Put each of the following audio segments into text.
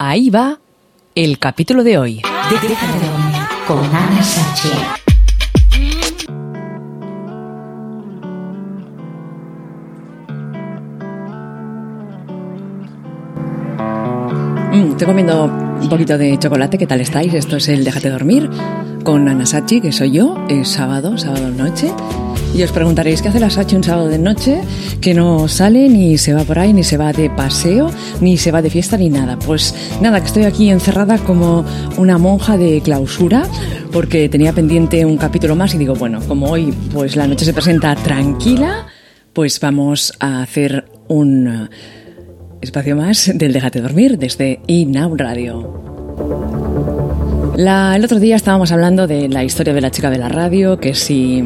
Ahí va el capítulo de hoy. Déjate dormir con Ana Sachi. Estoy comiendo un poquito de chocolate. ¿Qué tal estáis? Esto es el Déjate dormir con Ana Sachi, que soy yo. Es sábado noche. Y os preguntaréis, ¿qué hace la Sachi un sábado de noche? Que no sale, ni se va por ahí, ni se va de paseo, ni se va de fiesta, ni nada. Pues nada, que estoy aquí encerrada como una monja de clausura, porque tenía pendiente un capítulo más y digo, bueno, como hoy pues la noche se presenta tranquila, pues vamos a hacer un espacio más del Déjate dormir desde INAU Radio. El otro día estábamos hablando de la historia de la chica de la radio, que si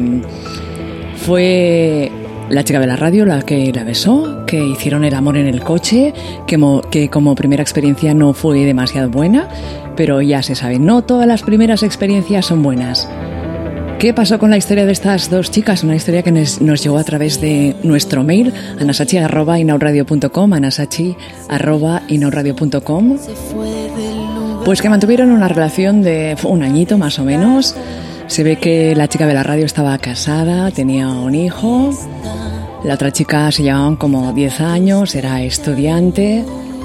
fue la chica de la radio la que la besó, que hicieron el amor en el coche, que como primera experiencia no fue demasiado buena, pero ya se sabe, no todas las primeras experiencias son buenas. ¿Qué pasó con la historia de estas dos chicas? Una historia que nos llegó a través de nuestro mail, anasachi@inauradio.com, anasachi@inauradio.com. Pues que mantuvieron una relación de un añito más o menos. Se ve que la chica de la radio estaba casada, tenía un hijo. La otra chica se llevaban como 10 años, era estudiante.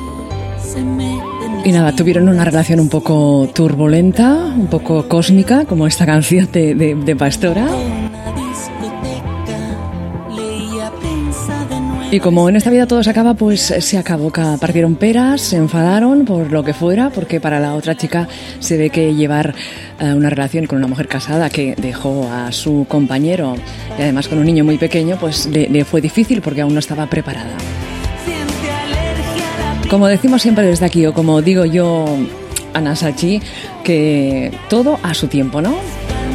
Y nada, tuvieron una relación un poco turbulenta, un poco cósmica, como esta canción de Pastora. Y como en esta vida todo se acaba, pues se acabó. Partieron peras, se enfadaron por lo que fuera, porque para la otra chica se ve que llevar una relación con una mujer casada que dejó a su compañero y además con un niño muy pequeño, pues le fue difícil porque aún no estaba preparada. Como decimos siempre desde aquí, o como digo yo, Ana Sachi, que todo a su tiempo, ¿no?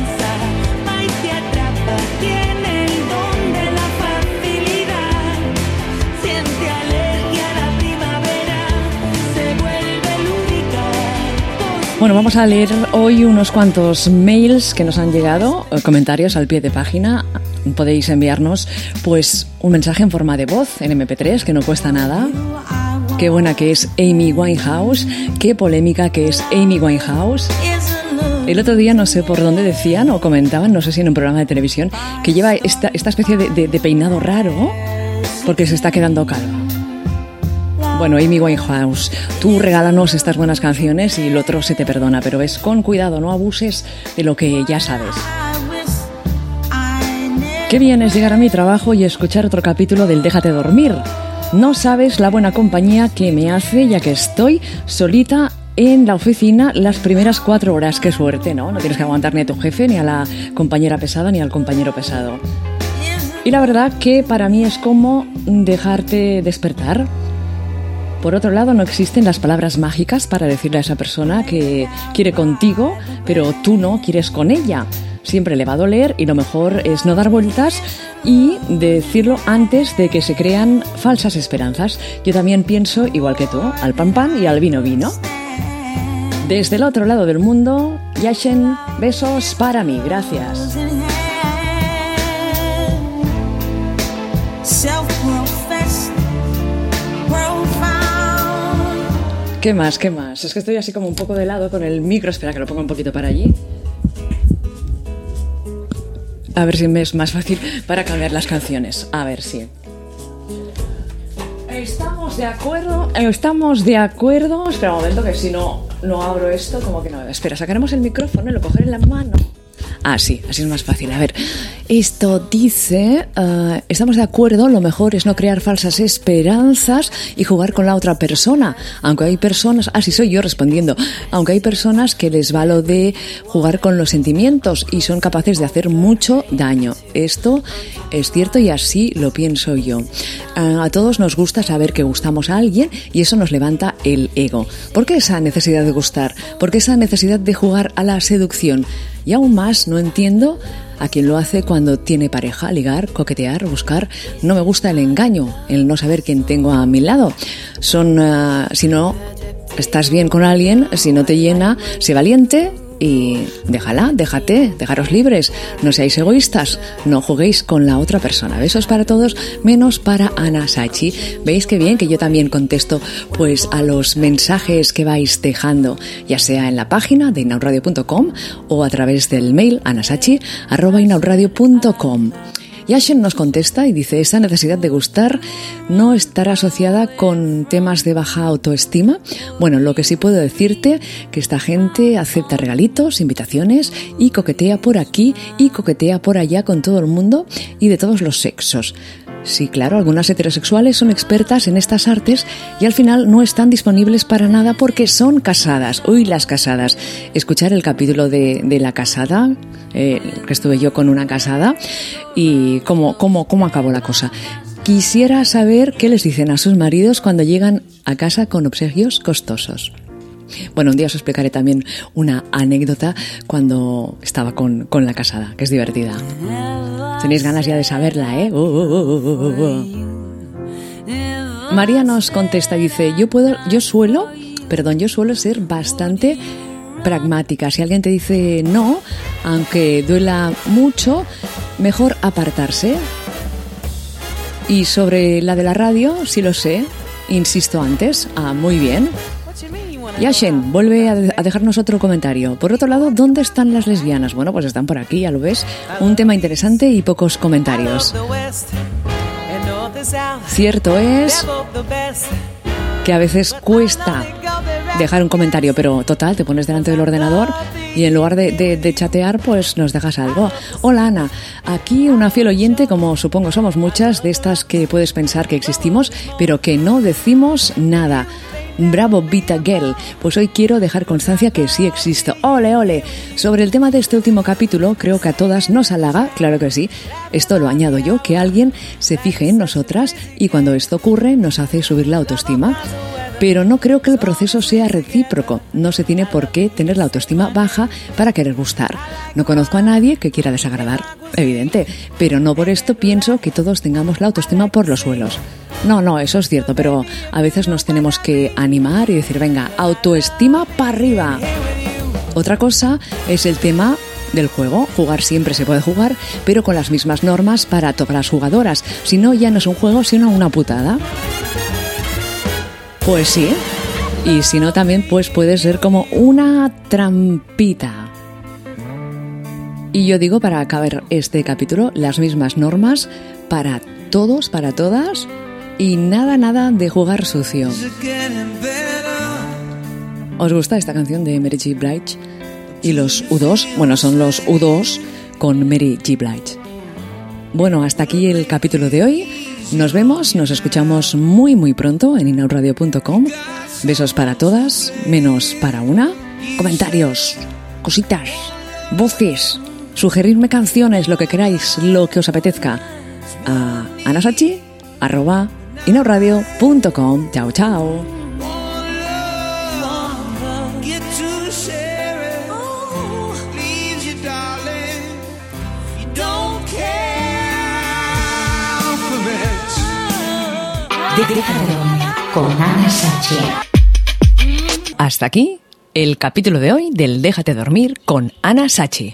Bueno, vamos a leer hoy unos cuantos mails que nos han llegado, comentarios al pie de página. Podéis enviarnos pues un mensaje en forma de voz en MP3, que no cuesta nada. Qué buena que es Amy Winehouse, qué polémica que es Amy Winehouse. El otro día no sé por dónde decían o comentaban, no sé si en un programa de televisión, que lleva esta especie de peinado raro porque se está quedando calva. Bueno, Amy Winehouse, tú regálanos estas buenas canciones y lo otro se te perdona, pero es con cuidado, no abuses de lo que ya sabes. Qué bien es llegar a mi trabajo y escuchar otro capítulo del Déjate dormir. No sabes la buena compañía que me hace, ya que estoy solita en la oficina las primeras 4 horas. Qué suerte, ¿no? No tienes que aguantar ni a tu jefe, ni a la compañera pesada, ni al compañero pesado. Y la verdad que para mí es como dejarte despertar. Por otro lado, no existen las palabras mágicas para decirle a esa persona que quiere contigo, pero tú no quieres con ella. Siempre le va a doler y lo mejor es no dar vueltas y decirlo antes de que se crean falsas esperanzas. Yo también pienso igual que tú, al pan pan y al vino vino. Desde el otro lado del mundo, Yashen, besos para mí, gracias. ¿Qué más? Es que estoy así como un poco de lado con el micro. Espera que lo ponga un poquito para allí. A ver si me es más fácil para cambiar las canciones. A ver si. ¿Estamos de acuerdo? Espera un momento que si no abro esto, como que no. Espera, sacaremos el micrófono y lo cogeré en la mano. Ah, sí, así es más fácil. A ver, esto dice, estamos de acuerdo, lo mejor es no crear falsas esperanzas y jugar con la otra persona. Aunque hay personas, así soy yo respondiendo, aunque hay personas que les va lo de jugar con los sentimientos y son capaces de hacer mucho daño. Esto es cierto y así lo pienso yo. A todos nos gusta saber que gustamos a alguien y eso nos levanta el ego. ¿Por qué esa necesidad de gustar? ¿Por qué esa necesidad de jugar a la seducción? Y aún más no entiendo a quien lo hace cuando tiene pareja, ligar, coquetear, buscar. No me gusta el engaño, el no saber quién tengo a mi lado. Si no estás bien con alguien, si no te llena, sé valiente y dejaros libres, no seáis egoístas, no juguéis con la otra persona. Besos para todos, menos para Ana Sachi. ¿Veis qué bien que yo también contesto pues a los mensajes que vais dejando, ya sea en la página de inauradio.com o a través del mail anasachi@inauradio.com? Yashen nos contesta y dice: esa necesidad de gustar no estará asociada con temas de baja autoestima. Bueno, lo que sí puedo decirte que esta gente acepta regalitos, invitaciones y coquetea por aquí y coquetea por allá con todo el mundo y de todos los sexos. Sí, claro, algunas heterosexuales son expertas en estas artes y al final no están disponibles para nada porque son casadas. Uy, las casadas. Escuchar el capítulo de la casada, que estuve yo con una casada, y cómo acabó la cosa. Quisiera saber qué les dicen a sus maridos cuando llegan a casa con obsequios costosos. Bueno, un día os explicaré también una anécdota cuando estaba con la casada, que es divertida. Tenéis ganas ya de saberla, ¿eh? María nos contesta y dice: yo suelo ser bastante pragmática. Si alguien te dice no, aunque duela mucho, mejor apartarse. Y sobre la de la radio, sí lo sé, insisto antes. Muy bien. Yashen vuelve a dejarnos otro comentario. Por otro lado, ¿dónde están las lesbianas? Bueno, pues están por aquí, ya lo ves. Un tema interesante y pocos comentarios. Cierto es que a veces cuesta dejar un comentario, pero total, te pones delante del ordenador y en lugar de chatear, pues nos dejas algo. Hola Ana, aquí una fiel oyente, como supongo somos muchas, de estas que puedes pensar que existimos, pero que no decimos nada. Bravo, Vita Girl. Pues hoy quiero dejar constancia que sí existo. ¡Ole, ole! Sobre el tema de este último capítulo, creo que a todas nos halaga, claro que sí. Esto lo añado yo, que alguien se fije en nosotras y cuando esto ocurre nos hace subir la autoestima. Pero no creo que el proceso sea recíproco. No se tiene por qué tener la autoestima baja para querer gustar. No conozco a nadie que quiera desagradar, evidente, pero no por esto pienso que todos tengamos la autoestima por los suelos. No, eso es cierto, pero a veces nos tenemos que animar y decir, venga, autoestima para arriba. Otra cosa es el tema del juego. Jugar siempre se puede jugar, pero con las mismas normas para todas las jugadoras. Si no, ya no es un juego, sino una putada. Pues sí, y si no también pues puede ser como una trampita. Y yo digo, para acabar este capítulo, las mismas normas para todos, para todas, y nada de jugar sucio. ¿Os gusta esta canción de Mary J. Blige? Y los U2, bueno, son los U2 con Mary J. Blige. Bueno, hasta aquí el capítulo de hoy. Nos vemos, nos escuchamos muy pronto en inauradio.com. Besos para todas, menos para una. Comentarios, cositas, voces, sugerirme canciones, lo que queráis, lo que os apetezca. A anasachi@inauradio.com. Chao. Déjate dormir con Ana Sachi. Hasta aquí el capítulo de hoy del Déjate dormir con Ana Sachi.